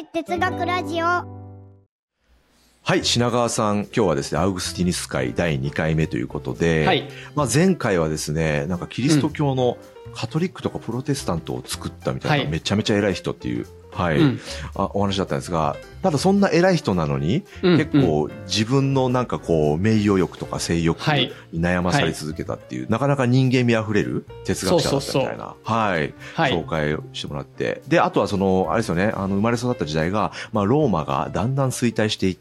哲学ラジオ。 はい、品川さん、今日はですね、アウグスティヌス会第2回目ということで、 はい。 前回はですね、なんかキリスト教のカトリックとかプロテスタントを作ったみたいな、めちゃめちゃ偉い人っていう、お話だったんですが、ただそんな偉い人なのに、結構自分のなんかこう、名誉欲とか性欲に悩まされ続けたっていう、なかなか人間味あふれる哲学者だったみたいな、紹介をしてもらって。で、あとはあれですよね、生まれ育った時代が、ローマがだんだん衰退していって、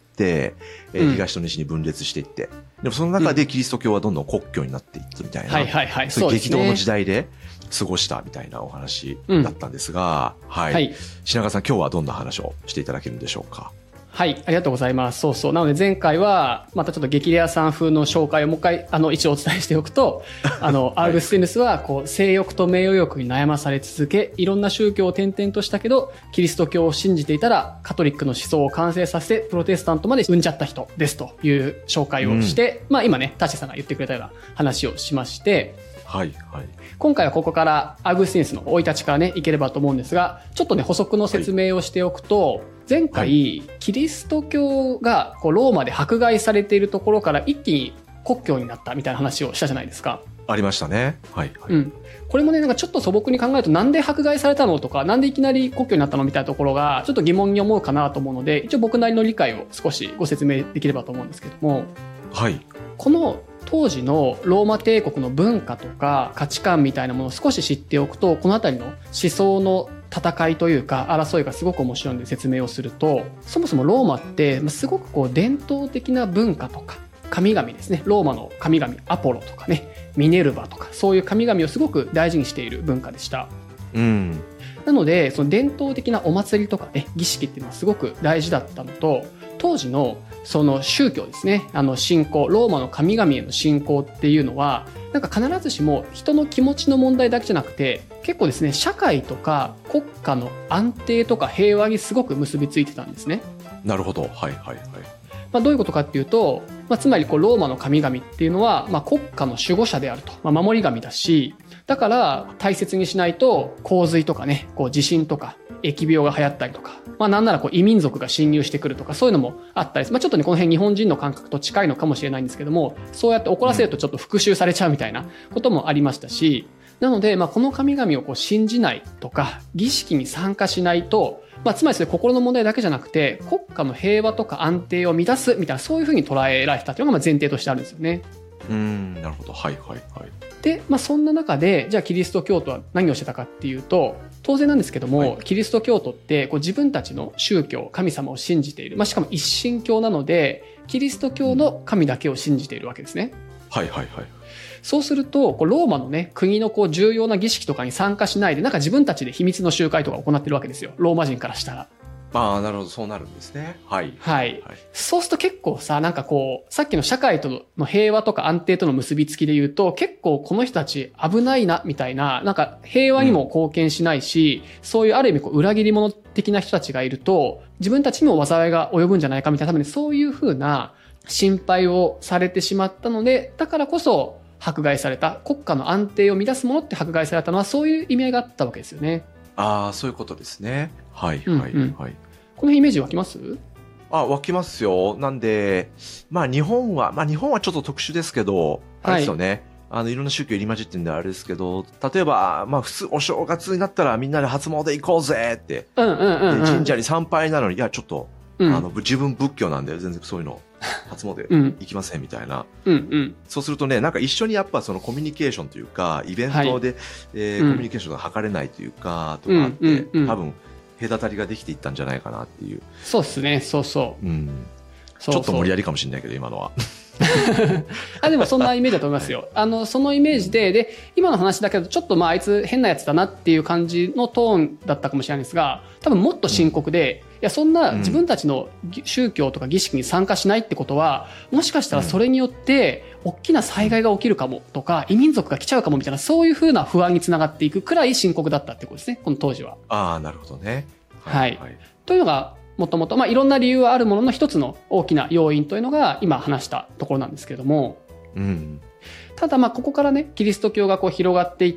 東と西に分裂していって、でもその中でキリスト教はどんどん国教になっていってみたいな、そういう激動の時代で過ごしたみたいなお話だったんですが、品川さん、今日はどんな話をしていただけるんでしょうか。 はい、ありがとうございます。そうそう。なので前回は、またちょっと激レアさん風の紹介をもう一回、一応お伝えしておくと、アウグスティヌスは、性欲と名誉欲に悩まされ続け、いろんな宗教を転々としたけど、キリスト教を信じていたら、カトリックの思想を完成させて、プロテスタントまで生んじゃった人ですという紹介をして、今ね、タッシーさんが言ってくれたような話をしまして、今回はここからアウグスティヌスの生い立ちからね、いければと思うんですが、ちょっとね、補足の説明をしておくと、前回、キリスト教がローマで迫害されているところから一気に国教になったみたいな話をしたじゃないですか。 ありましたね。 これもね、なんかちょっと素朴に考えると、なんで迫害されたのとか、なんでいきなり国教になったのみたいなところが、ちょっと疑問に思うかなと思うので、一応僕なりの理解を少しご説明できればと思うんですけども、この当時のローマ帝国の文化とか価値観みたいなものを少し知っておくと、このあたりの思想の戦いというか争いがすごく面白いので説明をすると、そもそもローマってすごく伝統的な文化とか神々ですね、ローマの神々アポロとかね、ミネルヴァとかそういう神々をすごく大事にしている文化でした。なのでその伝統的なお祭りとかね、儀式っていうのはすごく大事だったのと、当時のその宗教ですね、信仰、ローマの神々への信仰っていうのは、なんか必ずしも人の気持ちの問題だけじゃなくて、結構ですね、社会とか国家の安定とか平和にすごく結びついてたんですね。 なるほど。 どういうことかっていうと、つまりローマの神々っていうのは、国家の守護者であると、守り神だし、だから大切にしないと洪水とかね、地震とか疫病が流行ったりとか、なんなら異民族が侵入してくるとか、そういうのもあったり、ちょっとね、この辺日本人の感覚と近いのかもしれないんですけども、そうやって怒らせるとちょっと復讐されちゃうみたいなこともありましたし、なので、この神々を信じないとか、儀式に参加しないと、つまりそれ心の問題だけじゃなくて、国家の平和とか安定を乱すみたいな、そういうふうに捉えられてたというのが前提としてあるんですよね。 なるほど。 で、そんな中で、じゃあキリスト教徒は何をしてたかっていうと、当然なんですけども、キリスト教徒って自分たちの宗教、神様を信じている。しかも一神教なので、キリスト教の神だけを信じているわけですね。そうすると、ローマのね、国の重要な儀式とかに参加しないで、なんか自分たちで秘密の集会とか行ってるわけですよ。ローマ人からしたら。 なるほど、そうなるんですね。 そうすると結構さ、なんかさっきの社会との平和とか安定との結びつきで言うと、結構この人たち危ないな、みたいな、なんか平和にも貢献しないし、そういうある意味裏切り者的な人たちがいると、自分たちにも災いが及ぶんじゃないかみたいな、多分ね、そういう風な心配をされてしまったので、だからこそ迫害された、国家の安定を乱すものって迫害されたのは、そういう意味合いがあったわけですよね。 そういうことですね。この辺イメージ湧きます？ 湧きますよ。なんで、日本はちょっと特殊ですけど、あれですよね。いろんな宗教入り混じってるんであれですけど、例えば、普通お正月になったらみんなで初詣行こうぜって、で神社に参拝なのに、いや、ちょっと、自分仏教なんで全然そういうの、初詣行きませんみたいな。そうするとね、なんか一緒にやっぱそのコミュニケーションというか、イベントで、コミュニケーションが図れないというか、とかあって、多分、隔たりができていったんじゃないかなっていう。 そうですね、そう。 ちょっと無理やりかもしれないけど、今のは。 でもそんなイメージだと思いますよ。そのイメージで、今の話だけど、ちょっとあいつ変なやつだなっていう感じのトーンだったかもしれないんですが、多分もっと深刻で、いや、そんな自分たちの宗教とか儀式に参加しないってことは、もしかしたらそれによって、大きな災害が起きるかもとか、異民族が来ちゃうかもみたいな、そういうふうな不安につながっていくくらい深刻だったってことですね、この当時は。 なるほどね。 というのが、もともと、いろんな理由はあるものの一つの大きな要因というのが今話したところなんですけれども、ただここからね、キリスト教が広がっていって、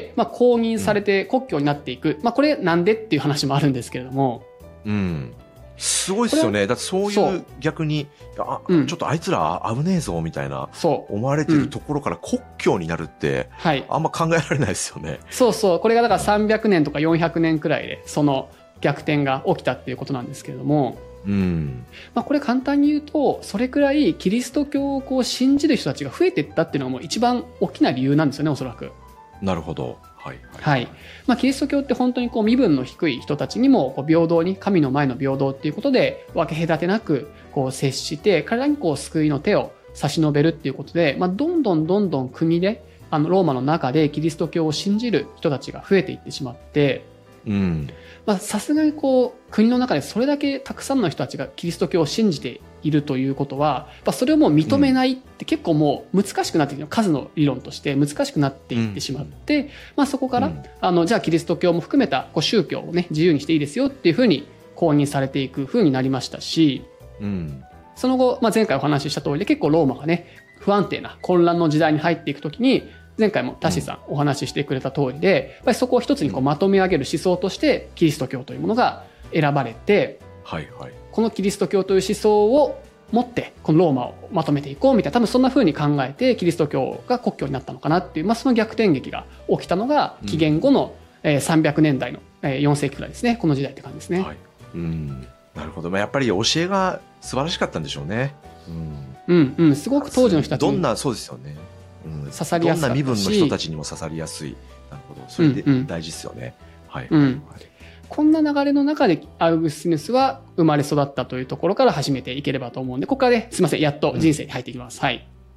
公認されて国教になっていく。これなんでっていう話もあるんですけれども、 すごいですよね。だってそういう逆に、ちょっとあいつら危ねえぞみたいな思われてるところから国境になるって、あんま考えられないですよね。 そうそう。これがだから300年とか400年くらいで、その逆転が起きたっていうことなんですけれども、これ簡単に言うと、それくらいキリスト教をこう信じる人たちが増えていったっていうのがもう一番大きな理由なんですよね、おそらく。 なるほど。 キリスト教って本当にこう身分の低い人たちにもこう平等に、神の前の平等っていうことで分け隔てなくこう接して、彼らにこう救いの手を差し伸べるっていうことで、どんどん国でローマの中でキリスト教を信じる人たちが増えていってしまって、さすがにこう国の中でそれだけたくさんの人たちがキリスト教を信じているということは、それをもう認めないって結構もう難しくなっている、数の理論として難しくなっていってしまって、そこから、じゃあキリスト教も含めたこう宗教をね自由にしていいですよっていうふうに公認されていくふうになりましたし、その後、前回お話しした通りで結構ローマがね不安定な混乱の時代に入っていくときに、前回もタッシーさんお話ししてくれた通りで、やっぱりそこを一つにこうまとめ上げる思想としてキリスト教というものが選ばれて、このキリスト教という思想を持ってこのローマをまとめていこうみたいな、多分そんな風に考えてキリスト教が国教になったのかなっていう、その逆転劇が起きたのが紀元後の300年代の4世紀くらいですね。この時代って感じですね。 なるほど。やっぱり教えが素晴らしかったんでしょうね。 すごく当時の人たちにそうですよね。 刺さりやすかったし、 どんな身分の人たちにも刺さりやすい。なるほど。それで大事ですよね。 こんな流れの中でアウグスティヌスは生まれ育ったというところから始めていければと思うんで、ここからね、すいません、やっと人生に入っていきます。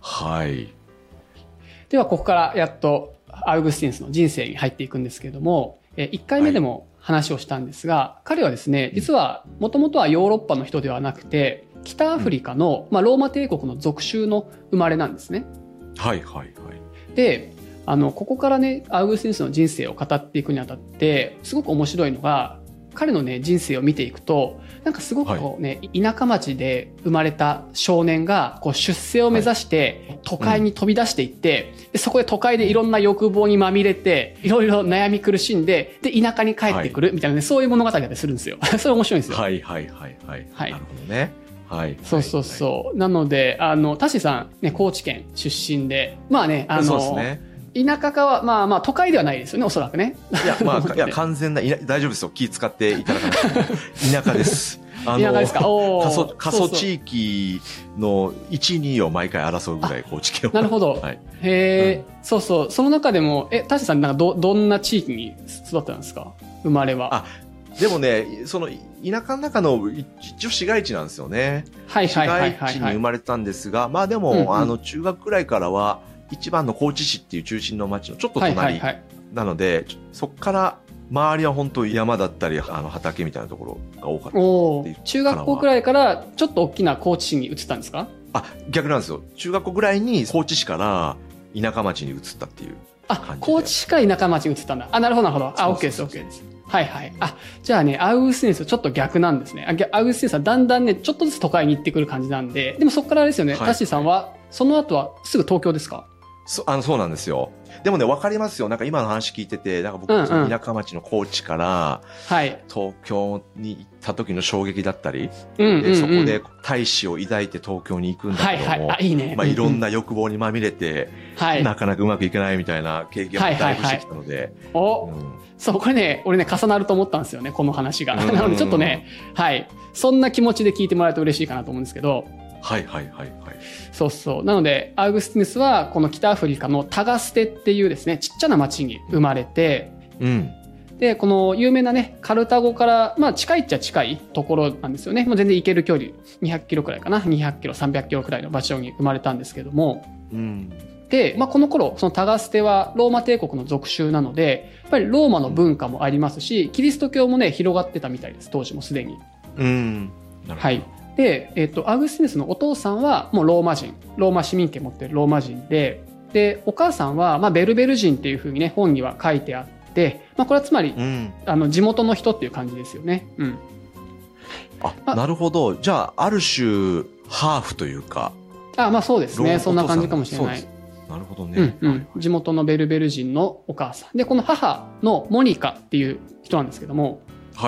では、ここからやっとアウグスティヌスの人生に入っていくんですけれども、1回目でも話をしたんですが、彼はですね、実はもともとはヨーロッパの人ではなくて、北アフリカの、ローマ帝国の属州の生まれなんですね。で、ここからね、アウグスティヌスの人生を語っていくにあたって、すごく面白いのが、彼のね、人生を見ていくと、なんかすごくこうね、田舎町で生まれた少年が、こう出世を目指して、都会に飛び出していって、でそこで都会でいろんな欲望にまみれて、いろいろ悩み苦しんで、で、田舎に帰ってくるみたいなね、そういう物語だったりするんですよ。それ面白いんですよ。 なるほどね。 そう。なので、タッシーさん、ね、高知県出身で、そうですね。田舎かは、都会ではないですよね、おそらくね。 いや、完全な、大丈夫ですよ。気使っていただかなくても。田舎です。 田舎ですか。 過疎地域の1、2を毎回争うぐらい高知県は。 なるほど。そう。その中でも、タッシーさん、なんかどんな地域に育ったんですか、生まれは。 でもね、その田舎の中の一応市街地なんですよね。市街地に生まれたんですが、でも、中学くらいからは、一番の高知市っていう中心の町のちょっと隣なので、そこから周りは本当山だったり畑みたいなところが多かったっていう。 中学校くらいからちょっと大きな高知市に移ったんですか？ 逆なんですよ。中学校ぐらいに高知市から田舎町に移ったっていう感じで。 高知市から田舎町に移ったんだ。なるほど。OK です。じゃあね、アウグスティヌスとちょっと逆なんですね。アウグスティヌスはだんだんね、ちょっとずつ都会に行ってくる感じなんで、でもそこからあれですよね、タッシーさんは、その後はすぐ東京ですか？ そうなんですよ。でもね、わかりますよ。なんか今の話聞いてて、なんか僕、田舎町の高知から、東京に行った時の衝撃だったり、でそこで大志を抱いて東京に行くんだけども、いろんな欲望にまみれて、なかなかうまくいけないみたいな経験をだいぶしてきたので。 そう、これね、俺ね、重なると思ったんですよね、この話が。なのでちょっとね、そんな気持ちで聞いてもらえると嬉しいかなと思うんですけど、そう。なので、アウグスティヌスは、この北アフリカのタガステっていうですね、ちっちゃな町に生まれて、で、この有名なね、カルタゴから、近いっちゃ近いところなんですよね。もう全然行ける距離、200キロくらいかな。200キロ、300キロくらいの場所に生まれたんですけども。で、この頃、そのタガステはローマ帝国の属州なので、やっぱりローマの文化もありますし、キリスト教もね、広がってたみたいです、当時もすでに。で、アウグスティヌスのお父さんはもうローマ人、ローマ市民権持ってるローマ人で、お母さんはベルベル人っていう風にね、本には書いてあって、これはつまり、地元の人っていう感じですよね。 なるほど。じゃあ、ある種、ハーフというか。 そうですね。そんな感じかもしれない。 なるほどね。 地元のベルベル人のお母さん。で、この母のモニカっていう人なんですけども、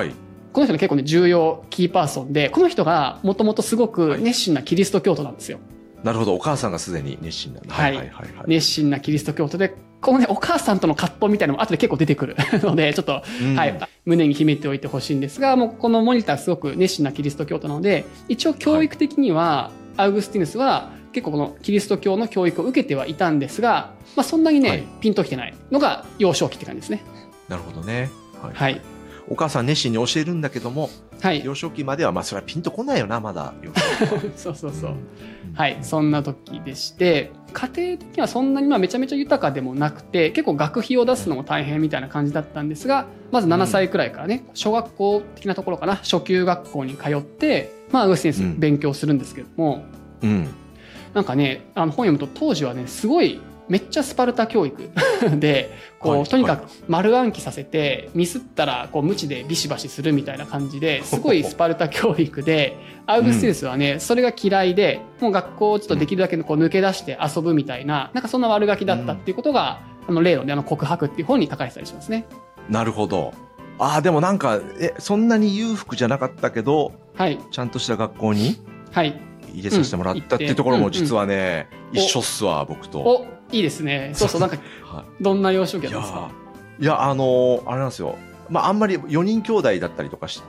この人ね結構ね重要キーパーソンで、この人がもともとすごく熱心なキリスト教徒なんですよ。 なるほど。お母さんがすでに熱心なんだ。 はい。熱心なキリスト教徒で、このね、お母さんとの葛藤みたいなのも後で結構出てくるので、ちょっと、はい、胸に秘めておいてほしいんですが、もうこのモニターすごく熱心なキリスト教徒なので、一応教育的には、アウグスティヌスは結構このキリスト教の教育を受けてはいたんですが、まあそんなにね、ピンときてないのが幼少期って感じですね。 なるほどね。 はい。 お母さん熱心に教えるんだけども、 はい、 幼少期まではまあそれはピンとこないよな、まだ。 そうそうそう。はい、そんな時でして、家庭的にはそんなにまあめちゃめちゃ豊かでもなくて、結構学費を出すのも大変みたいな感じだったんですが、まず7歳くらいからね、小学校的なところかな、初級学校に通って、まあアウグスティヌス勉強するんですけども、なんかね、本読むと当時はね、すごいめっちゃスパルタ教育で、こう、とにかく丸暗記させて、ミスったら、こう、無知でビシバシするみたいな感じで、すごいスパルタ教育で、アウグスティヌスはね、それが嫌いで、もう学校をちょっとできるだけこう抜け出して遊ぶみたいな、なんかそんな悪ガキだったっていうことが、例のね、告白っていう本に書かれてたりしますね。 なるほど。ああ、でもなんか、そんなに裕福じゃなかったけど、 はい。 ちゃんとした学校に、 はい。 入れさせてもらったっていうところも実はね、一緒っすわ、僕と。 いいですね。そうそう、なんか、どんな幼少期だったんですか？ いや、あれなんですよ。まあ、あんまり4人兄弟だったりとかして、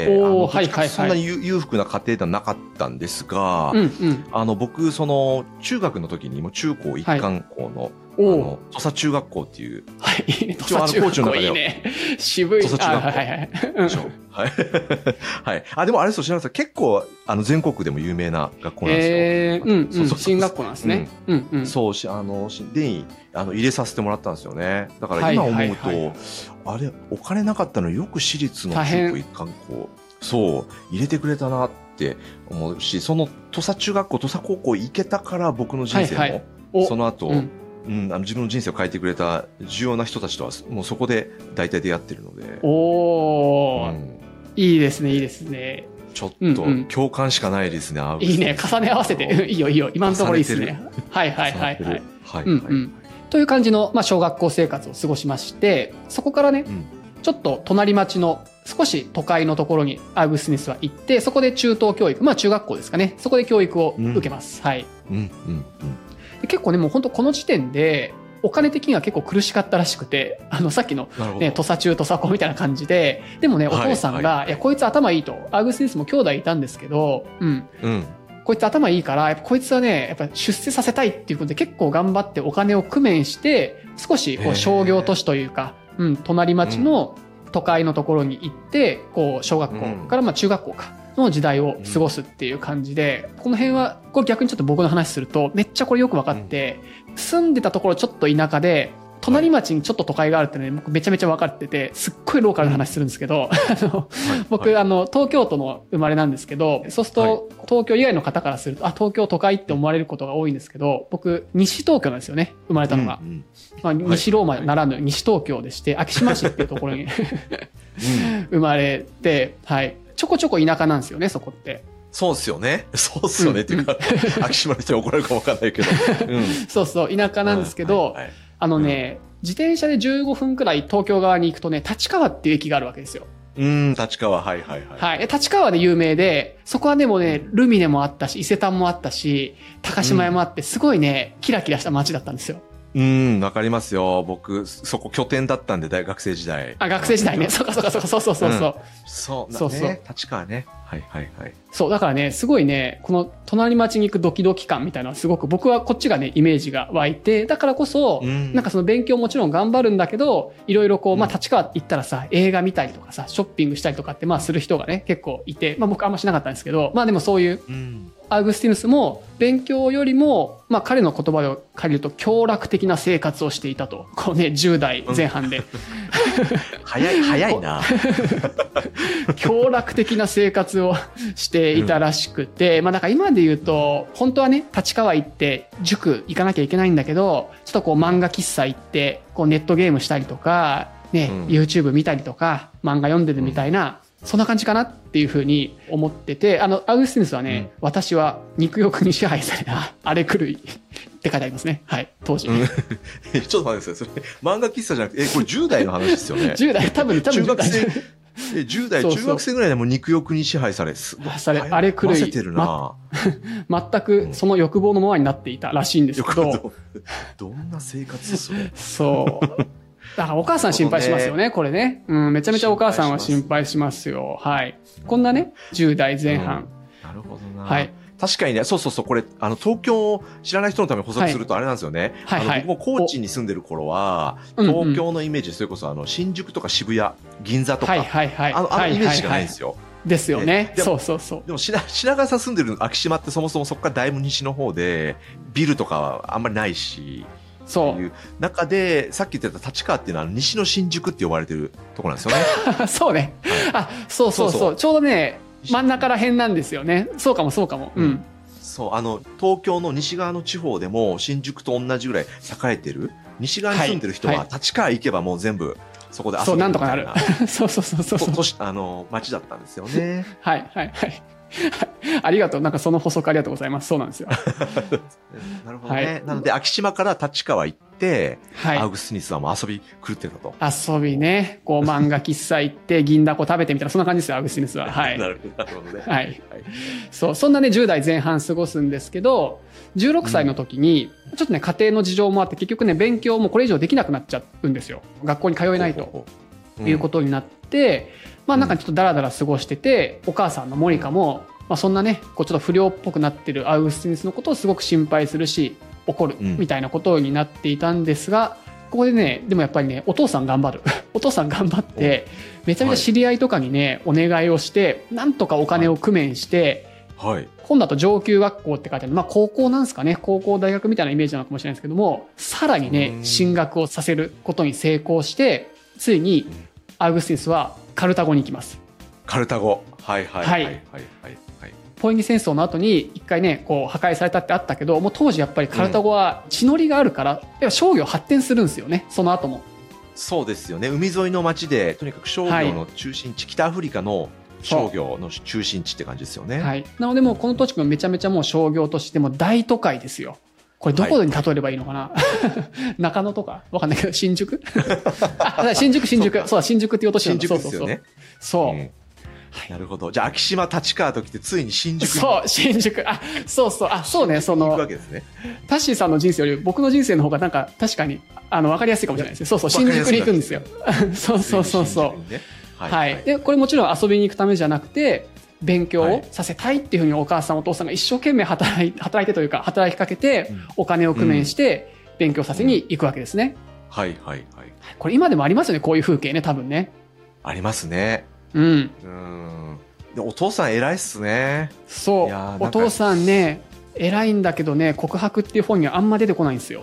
そんなに裕福な家庭ではなかったんですが、僕、中学の時にも中高一貫校の、土佐中学校っていう。 はい。土佐中学校いいね。渋い。 土佐中学校。はい。はい。あ、でもあれですよ、知らないです結構、全国でも有名な学校なんですよ。 進学校なんですね。 そう、で、入れさせてもらったんですよね。だから今思うと、あれ、お金なかったのによく私立の中高一貫校、そう、入れてくれたなって思うし、その土佐中学校、土佐高校行けたから僕の人生も、その後、自分の人生を変えてくれた重要な人たちとはもうそこで大体出会ってるので。 いいですね、いいですね。 ちょっと共感しかないですね。 いいね、重ね合わせて。いいよいいよ、今のところいいですね。はい。という感じの、まあ、小学校生活を過ごしまして、そこからね、ちょっと隣町の少し都会のところにアウグスティヌスは行って、そこで中等教育、まあ中学校ですかね、そこで教育を受けます。はい。結構ね、もう本当この時点で、お金的には結構苦しかったらしくて、さっきの、ね、土佐中土佐高みたいな感じで、でもね、お父さんが、いや、こいつ頭いいと、アウグスティヌスも兄弟いたんですけど、こいつ頭いいから、やっぱこいつはね、やっぱ出世させたいっていうことで結構頑張ってお金を工面して、少しこう商業都市というか、隣町の都会のところに行って、こう、小学校からまあ中学校か。の時代を過ごすっていう感じで、この辺は、これ逆にちょっと僕の話すると、めっちゃこれよく分かって、住んでたところちょっと田舎で、隣町にちょっと都会があるってね、僕めちゃめちゃ分かってて、すっごいローカルな話するんですけど、僕、東京都の生まれなんですけど、そうすると、東京以外の方からすると、東京都会って思われることが多いんですけど、僕、西東京なんですよね、生まれたのが。まあ、西ローマならぬ西東京でして、昭島市っていうところに生まれて、はい。ちょこちょこ田舎なんですよね、そこって。 そうっすよね。そうっすよね。っていうか、昭島の人に怒られるか分かんないけど。 そうそう、田舎なんですけど、自転車で15分くらい東京側に行くとね、立川っていう駅があるわけですよ。 立川、はい。 立川で有名で、そこはでもね、ルミネもあったし、伊勢丹もあったし、高島屋もあって、すごいね、キラキラした街だったんですよ。 わかりますよ。僕、そこ拠点だったんで、学生時代。 学生時代ね。そうか。 そうね。立川ね。はい。 そう、だからね、すごいね、この隣町に行くドキドキ感みたいなのはすごく僕はこっちがね、イメージが湧いて、だからこそ、なんかその勉強もちろん頑張るんだけど、いろいろこう、まあ立川行ったらさ、映画見たりとかさ、ショッピングしたりとかってまあする人がね、結構いて、まあ僕あんましなかったんですけど、まあでもそういう、アウグスティヌスも勉強よりも、まあ彼の言葉を借りると、享楽的な生活をしていたと。こうね、10代前半で。 早いな。 享楽的な生活をしていたらしくて、まあだから今で言うと、本当はね、立川行って塾行かなきゃいけないんだけど、ちょっとこう漫画喫茶行って、こうネットゲームしたりとか、ね、YouTube 見たりとか、漫画読んでるみたいな、そんな感じかなっていうふうに思ってて、アウグスティヌスはね、私は肉欲に支配された荒れ狂いって書いてありますね。はい、当時。ちょっと待ってください。それ、漫画喫茶じゃなくて、これ10代の話ですよね。 10代、多分中学生。 10代、中学生ぐらいでも肉欲に支配され、 あれ狂い。 せてるな、 全くその欲望のままになっていたらしいんですけど。 どんな生活それ。 そう。だからお母さん心配しますよね、これね。めちゃめちゃお母さんは心配しますよ。はい。こんなね、10代前半。 なるほどな。 はい。 確かにね、そう、これ、東京を知らない人のために補足するとあれなんですよね。僕も高知に住んでる頃は、東京のイメージ、それこそ新宿とか渋谷、銀座とか、あのイメージがないんですよ。 ですよね。そう。 でも品川さん住んでる昭島ってそもそもそこからだいぶ西の方で、ビルとかはあんまりないし、そういう中で、さっき言ってた立川っていうのは西の新宿って呼ばれてるところなんですよね。 そうね。そう。ちょうどね、真ん中ら辺なんですよね。そうかも。 そう、東京の西側の地方でも新宿と同じぐらい栄えてる。西側に住んでる人は立川行けばもう全部そこで遊べるみたいな。そう、なんとかなる。そう。街だったんですよね。 はい。ありがとう。なんかその補足ありがとうございます。そうなんですよ。 なるほどね。なので、昭島から立川行って、アウグスティヌスはもう遊び狂ってたと。 遊びね。こう漫画喫茶行って、銀だこ食べてみたいな、そんな感じですよ、アウグスティヌスは。はい。 なるほどね。 はい。そう、そんなね、10代前半過ごすんですけど、16歳の時に、ちょっとね、家庭の事情もあって、結局ね、勉強もこれ以上できなくなっちゃうんですよ。学校に通えないということになって、なんかちょっとダラダラ過ごしてて、お母さんのモニカも、そんなね、こうちょっと不良っぽくなってるアウグスティヌスのことをすごく心配するし、怒るみたいなことになっていたんですが、ここでね、でもやっぱりね、お父さん頑張る。お父さん頑張って、めちゃめちゃ知り合いとかにね、お願いをして、なんとかお金を工面して、今度だと上級学校って書いてある、高校なんですかね、高校大学みたいなイメージなのかもしれないですけども、さらにね、進学をさせることに成功して、ついにアウグスティヌスはカルタゴに行きます。 カルタゴ。はい。 ポエニ戦争の後に一回ね、こう破壊されたってあったけど、もう当時やっぱりカルタゴは地の利があるから、商業発展するんですよね、その後も。 そうですよね。海沿いの町で、とにかく商業の中心地、北アフリカの商業の中心地って感じですよね。 はい。なのでもうこの土地もめちゃめちゃもう商業都市でも大都会ですよ。これどこに例えればいいのかな、中野とかわかんないけど、新宿新宿。そうだ、新宿っていう都市なんだ。 新宿ですよね。 そう。 なるほど。じゃあ、昭島、立川と来て、ついに新宿に。 そう、新宿。そう。そうね、 行くわけですね。 タッシーさんの人生より僕の人生の方がなんか、確かに、わかりやすいかもしれないですね。そう、新宿に行くんですよ。そう。はい。で、これもちろん遊びに行くためじゃなくて、勉強をさせたいっていうふうにお母さんお父さんが一生懸命働いてというか、働きかけて、お金を工面して勉強させに行くわけですね。 はい。 これ今でもありますよね、こういう風景ね、多分ね。 ありますね。で、お父さん偉いっすね。 そう。お父さんね、偉いんだけどね、告白っていう本にはあんま出てこないんですよ。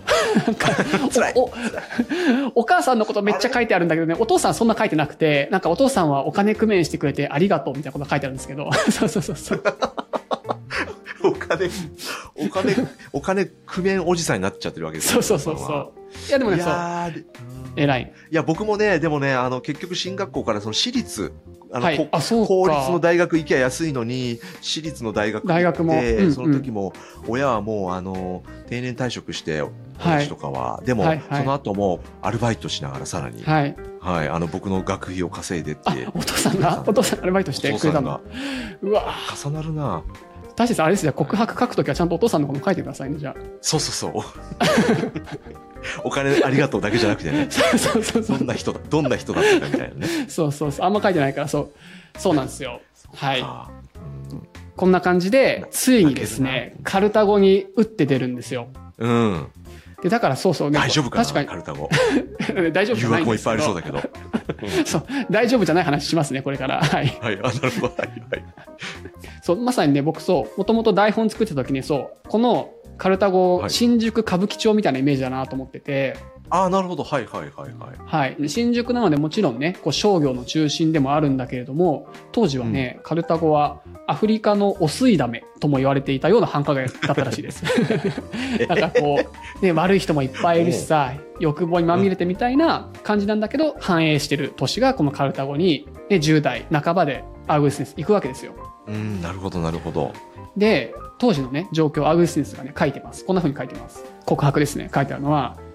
お母さんのことめっちゃ書いてあるんだけどね、お父さんそんな書いてなくて、なんかお父さんはお金工面してくれてありがとうみたいなことが書いてあるんですけど。そう。 お金工面おじさんになっちゃってるわけですよ。 そう。いやでもね、偉い。 いや、僕もね、でもね、結局進学校からその私立、 公立の大学行きゃ安いのに、私立の大学行って、その時も、親はもう、定年退職して、私とかは、でも、その後も、アルバイトしながらさらに、僕の学費を稼いでって。 お父さんアルバイトしてくれたんだ。うわ重なるな。 確かにあれですね、告白書くときはちゃんとお父さんのこと書いてくださいね、じゃあ。 そう。お金ありがとうだけじゃなくてね。そう。どんな人だったかみたいなね。 そう。あんま書いてないから、そうなんですよ。はい。こんな感じで、ついにですね、カルタゴに打って出るんですよ。で、だからそうね。 大丈夫かな、カルタゴ。 大丈夫じゃないんですけど。 誘惑もいっぱいありそうだけど。 そう、大丈夫じゃない話しますね、これから。はい。 なるほど。 そう、まさにね、僕もともと台本作ってた時にこのカルタゴ、新宿歌舞伎町みたいなイメージだなと思ってて。 なるほど。はい。 新宿なのでもちろんね、こう商業の中心でもあるんだけれども、当時はね、カルタゴはアフリカのお吸いだめとも言われていたような繁華街だったらしいです。なんかこう、ね、悪い人もいっぱいいるしさ、欲望にまみれてみたいな感じなんだけど、繁栄してる都市がこのカルタゴに、ね、10代半ばでアウグスティヌス行くわけですよ。 なるほど。 で、当時のね、状況をアウグスティヌスがね、書いてます。こんな風に書いてます。告白ですね。書いてあるのは、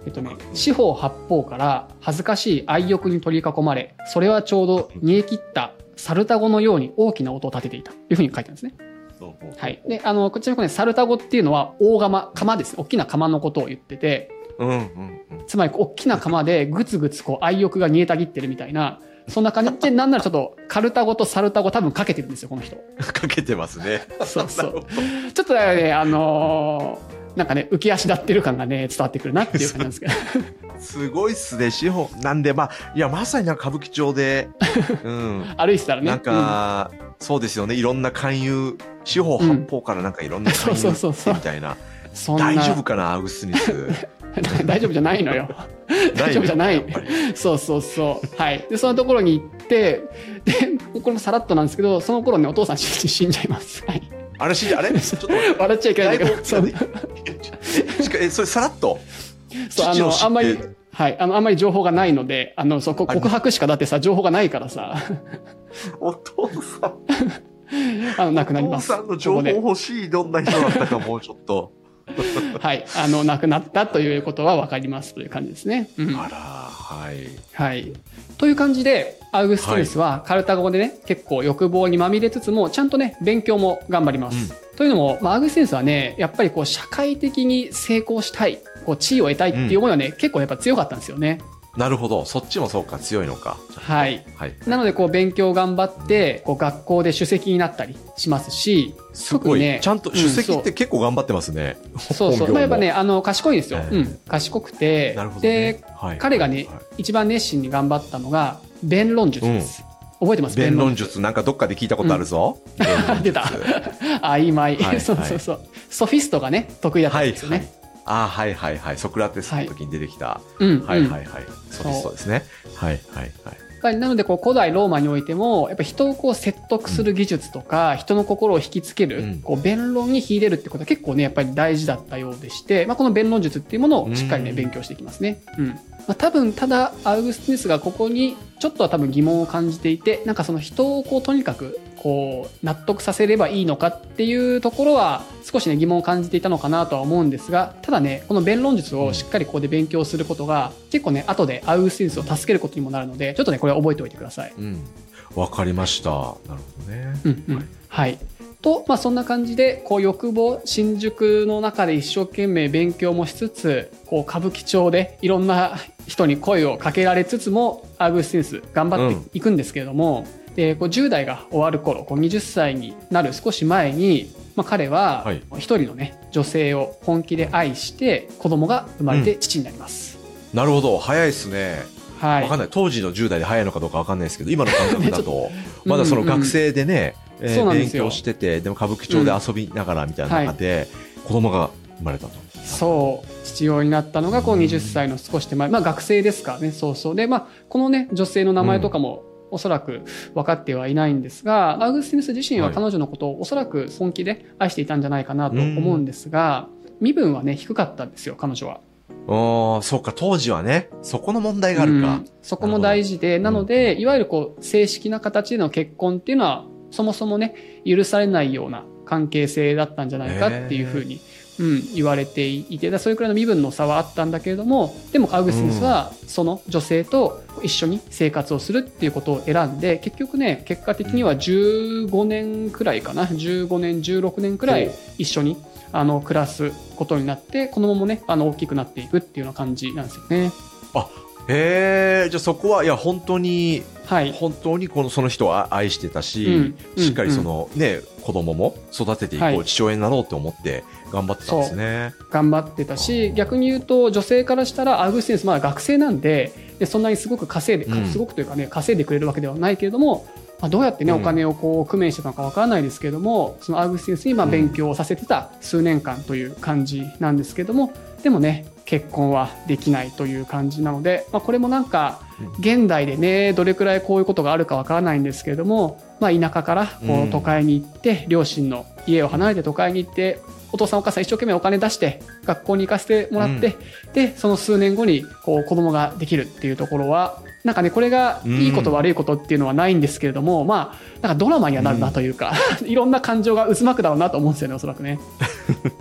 四方八方から恥ずかしい愛欲に取り囲まれ、それはちょうど煮え切ったサルタゴのように大きな音を立てていたというふうに書いてあるんですね。はい。で、こちらのね、サルタゴっていうのは大釜ですね。大きな釜のことを言ってて、つまり大きな釜でぐつぐつこう愛欲が煮えたぎってるみたいな、そんな感じで、なんならちょっとカルタゴとサルタゴ多分かけてるんですよ、この人。 かけてますね。 そうそう。ちょっとね、なんかね、浮き足立ってる感がね、伝わってくるなっていう感じなんですけど。 すごいっすね、四方。なんで、いや、まさになんか歌舞伎町で、 歩いてたらね。 なんか、そうですよね、いろんな勧誘、四方八方からなんかいろんな勧誘みたいな。大丈夫かな、アウグスティニス。 大丈夫じゃないのよ。大丈夫じゃない。そうそうそう。はい。で、そのところに行って、で、これもさらっとなんですけど、その頃ね、お父さん死んじゃいます。はい。 あれちょっと笑っちゃいけないんだけど。それさらっと。 そう、あんまり、はい。あんまり情報がないので、告白しかだってさ、情報がないからさ。 お父さん。 亡くなります。 お父さんの情報欲しい、どんな人だったか、もうちょっと。 はい。亡くなったということは分かりますという感じですね。 あら、はい。 はい。という感じで、アウグスティヌスはカルタゴでね、結構欲望にまみれつつも、ちゃんとね、勉強も頑張ります。というのも、アウグスティヌスはね、やっぱりこう、社会的に成功したい、こう、地位を得たいっていう思いはね、結構やっぱ強かったんですよね。 なるほど。そっちもそうか、強いのか。 はい。なので、こう、勉強頑張って、こう、学校で首席になったりしますし、 すごいね。ちゃんと首席って結構頑張ってますね。 そうそう。やっぱね、賢いんですよ。賢くて。 なるほど。 で、彼がね、一番熱心に頑張ったのが、弁論術です。覚えてます？ 弁論術。なんかどっかで聞いたことあるぞ。 出た。曖昧。そうそうそう。ソフィストがね、得意だったんですよね。 はいはいはい。ソクラテスの時に出てきた。はいはいはい。ソフィストですね。はいはいはい。 なので、こう、古代ローマにおいても、やっぱ人をこう説得する技術とか、人の心を引きつける、こう、弁論に秀でるってことは結構ね、やっぱり大事だったようでして、この弁論術っていうものをしっかりね、勉強していきますね。多分、ただ、アウグスティヌスがここに、ちょっとは多分疑問を感じていて、なんかその人をこう、とにかく、こう、納得させればいいのかっていうところは、少しね、疑問を感じていたのかなとは思うんですが、ただね、この弁論術をしっかりここで勉強することが、結構ね、後でアウグスティヌスを助けることにもなるので、ちょっとね、これは覚えておいてください。 わかりました。なるほどね。 はい。と、そんな感じで、こう、欲望、新宿の中で一生懸命勉強もしつつ、こう、歌舞伎町でいろんな人に声をかけられつつも、アウグスティヌス頑張っていくんですけれども、で、こう10代が終わる頃、こう20歳になる少し前に、彼は一人のね、女性を本気で愛して子供が生まれて父になります。 なるほど。早いですね。 はい。 わかんない。当時の10代で早いのかどうかわかんないですけど、今の感覚だと、まだその学生でね、勉強してて、でも歌舞伎町で遊びながらみたいな中で、子供が生まれたと。 そう。父親になったのが、こう20歳の少し手前。学生ですからね。そうそう。で、このね、女性の名前とかも、おそらく分かってはいないんですが、アウグスティヌス自身は彼女のことをおそらく本気で愛していたんじゃないかなと思うんですが、身分はね、低かったんですよ、彼女は。 そうか、当時はね、そこの問題があるか。 そこも大事で、なので、いわゆるこう、正式な形での結婚っていうのは、そもそもね、許されないような関係性だったんじゃないかっていうふうに、言われていて、それくらいの身分の差はあったんだけれども、でもアウグスティヌスはその女性と一緒に生活をするっていうことを選んで、結局ね、結果的には15年くらいかな、15年、16年くらい一緒に暮らすことになって、子供もね、大きくなっていくっていうような感じなんですよね。 じゃあそこは、いや、本当にその人を愛してたし、しっかりそのね、子供も育てていこう、父親になろうって思って頑張ってたんですね。 頑張ってたし、逆に言うと女性からしたらアウグスティヌスまだ学生なんで、そんなにすごく稼いで、すごくというかね、稼いでくれるわけではないけれども、どうやってね、お金をこう工面してたのかわからないですけれども、そのアウグスティヌスに勉強をさせてた数年間という感じなんですけども、でもね、結婚はできないという感じなので、これもなんか現代でね、どれくらいこういうことがあるかわからないんですけれども、田舎からこう都会に行って、両親の家を離れて都会に行って、お父さんお母さん一生懸命お金出して学校に行かせてもらって、でその数年後にこう子供ができるっていうところは、なんかね、これがいいこと悪いことっていうのはないんですけれども、なんかドラマにはなるなというか、いろんな感情が渦巻くだろうなと思うんですよね、おそらくね。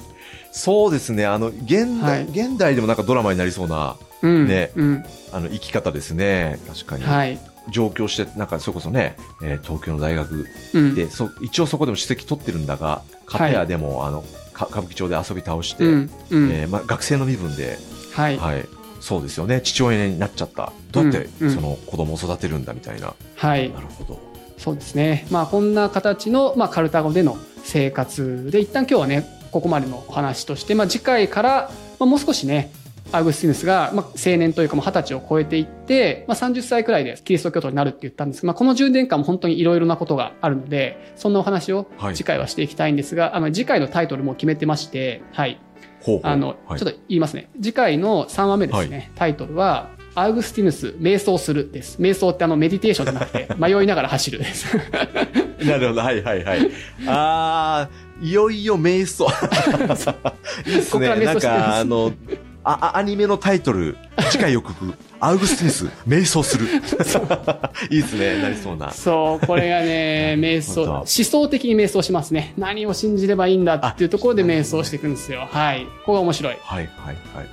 そうですね。現代でもなんかドラマになりそうな、ね、生き方ですね。確かに。はい。上京して、なんかそれこそね、東京の大学で、一応そこでも首席取ってるんだが、片やでも、歌舞伎町で遊び倒して、学生の身分で、はい。そうですよね。父親になっちゃった。どうやってその子供を育てるんだみたいな。はい。なるほど。 そうですね。こんな形の、カルタゴでの生活で、一旦今日はね、ここまでのお話として、次回から、もう少しね、アウグスティヌスが、青年というか20歳を超えていって、30歳くらいでキリスト教徒になるって言ったんですが、この10年間も本当にいろいろなことがあるので、そんなお話を次回はしていきたいんですが、次回のタイトルも決めてまして、はい。ちょっと言いますね。次回の3話目ですね。タイトルは、アウグスティヌス、瞑想するです。瞑想ってメディテーションじゃなくて、迷いながら走るです。 なるほど。はいはいはい。いよいよ瞑想。いいですね。なんか、アニメのタイトル、次回予告、アウグスティヌス、瞑想する。いいですね。なりそうな。 そう、これがね、瞑想、思想的に瞑想しますね。何を信じればいいんだっていうところで瞑想していくんですよ。はい。ここが面白い。 はいはいはい。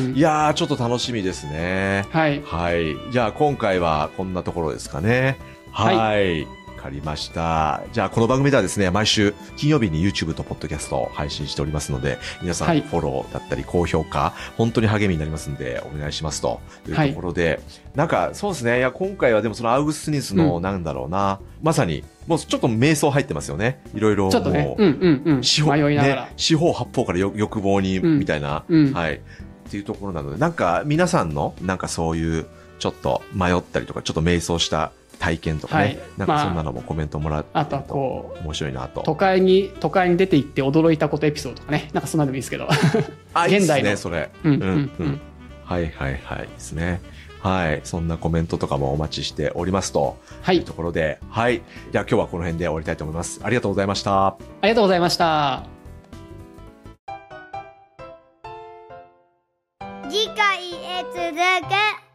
いやー、ちょっと楽しみですね。はい。はい。じゃあ、今回はこんなところですかね。はい。わかりました。じゃあ、この番組ではですね、毎週金曜日に YouTube と Podcast を配信しておりますので、皆さんフォローだったり高評価、本当に励みになりますので、お願いしますというところで、なんかそうですね、いや、今回はでもそのアウグスティヌスの、なんだろうな、まさに、もうちょっと瞑想入ってますよね。いろいろ。 ちょっとね。迷いながら。 四方八方から欲望に、みたいな、はい。っていうところなので、なんか皆さんの、なんかそういう、ちょっと迷ったりとか、ちょっと瞑想した体験とかね、なんかそんなのもコメントもらって、 あとはこう面白いなと。 都会に出て行って驚いたことエピソードとかね、なんかそんなのもいいですけど。 現代の。いいですね、それ。はいはいはいですね。はい。そんなコメントとかもお待ちしておりますと。はい。というところで、はい。じゃあ今日はこの辺で終わりたいと思います。ありがとうございました。 ありがとうございました。 次回へ続く。